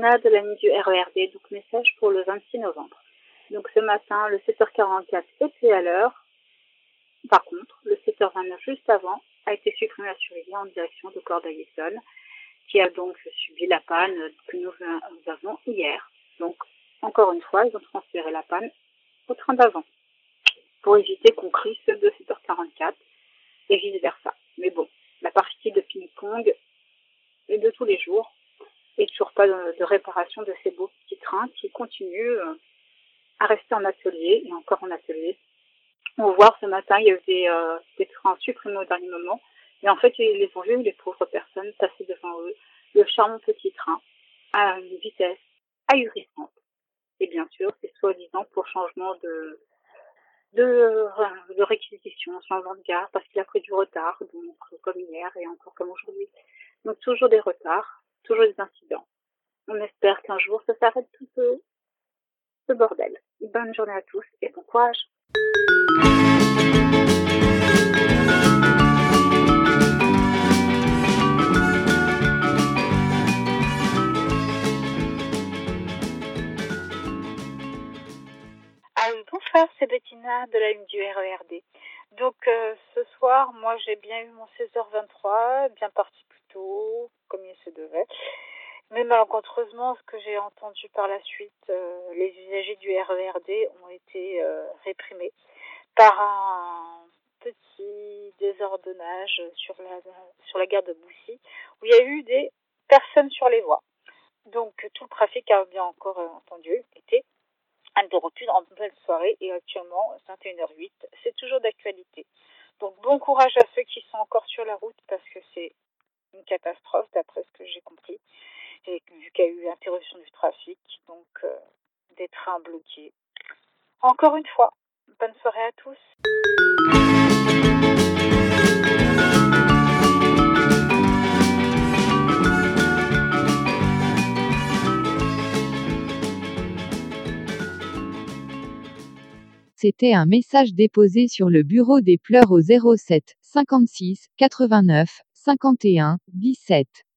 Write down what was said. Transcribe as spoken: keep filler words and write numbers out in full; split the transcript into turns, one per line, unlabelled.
Bettina de la ligne du R E R D, donc message pour le vingt-six novembre. Donc ce matin, le sept heures quarante-quatre était à l'heure. Par contre, le sept heures vingt-neuf, juste avant, a été supprimé à Surilly en direction de Corbeil-Essonnes, qui a donc subi la panne que nous avons hier. Donc, encore une fois, ils ont transféré la panne au train d'avant, pour éviter qu'on crie ceux de sept heures quarante-quatre et vice-versa. Mais bon, la partie de ping-pong est de tous les jours, et toujours pas de, de réparation de ces beaux petits trains qui continuent à rester en atelier, et encore en atelier. On va voir ce matin, il y a eu des, euh, des trains supprimés au dernier moment, et en fait, ils les ont vus, les pauvres personnes, passer devant eux, le charmant petit train, à une vitesse ahurissante. Et bien sûr, c'est soi-disant pour changement de, de, de réquisition, changement de gare, parce qu'il a pris du retard, donc comme hier et encore comme aujourd'hui. Donc toujours des retards, toujours des incidents. On espère qu'un jour, ça s'arrête tout ce, ce bordel. Bonne journée à tous et bon courage.
Ah oui, bonsoir, c'est Bettina de la ligne du R E R D. Donc euh, ce soir, moi j'ai bien eu mon seize heures vingt-trois, bien parti plus tôt, comme il se devait. Mais malencontreusement, ce que j'ai entendu par la suite, euh, les usagers du R E R D ont été euh, réprimés par un petit désordonnage sur la, sur la gare de Boussy, où il y a eu des personnes sur les voies. Donc tout le trafic a bien encore euh, entendu été interrompu en pleine soirée et actuellement, vingt et une heures huit, c'est toujours d'actualité. Donc bon courage à ceux qui sont encore sur la route parce que c'est une catastrophe d'après ce que j'ai compris. Et vu qu'il y a eu interruption du trafic, donc euh, des trains bloqués. Encore une fois, bonne soirée à tous.
C'était un message déposé sur le bureau des pleurs au zéro sept cinquante-six quatre-vingt-neuf cinquante et un dix-sept.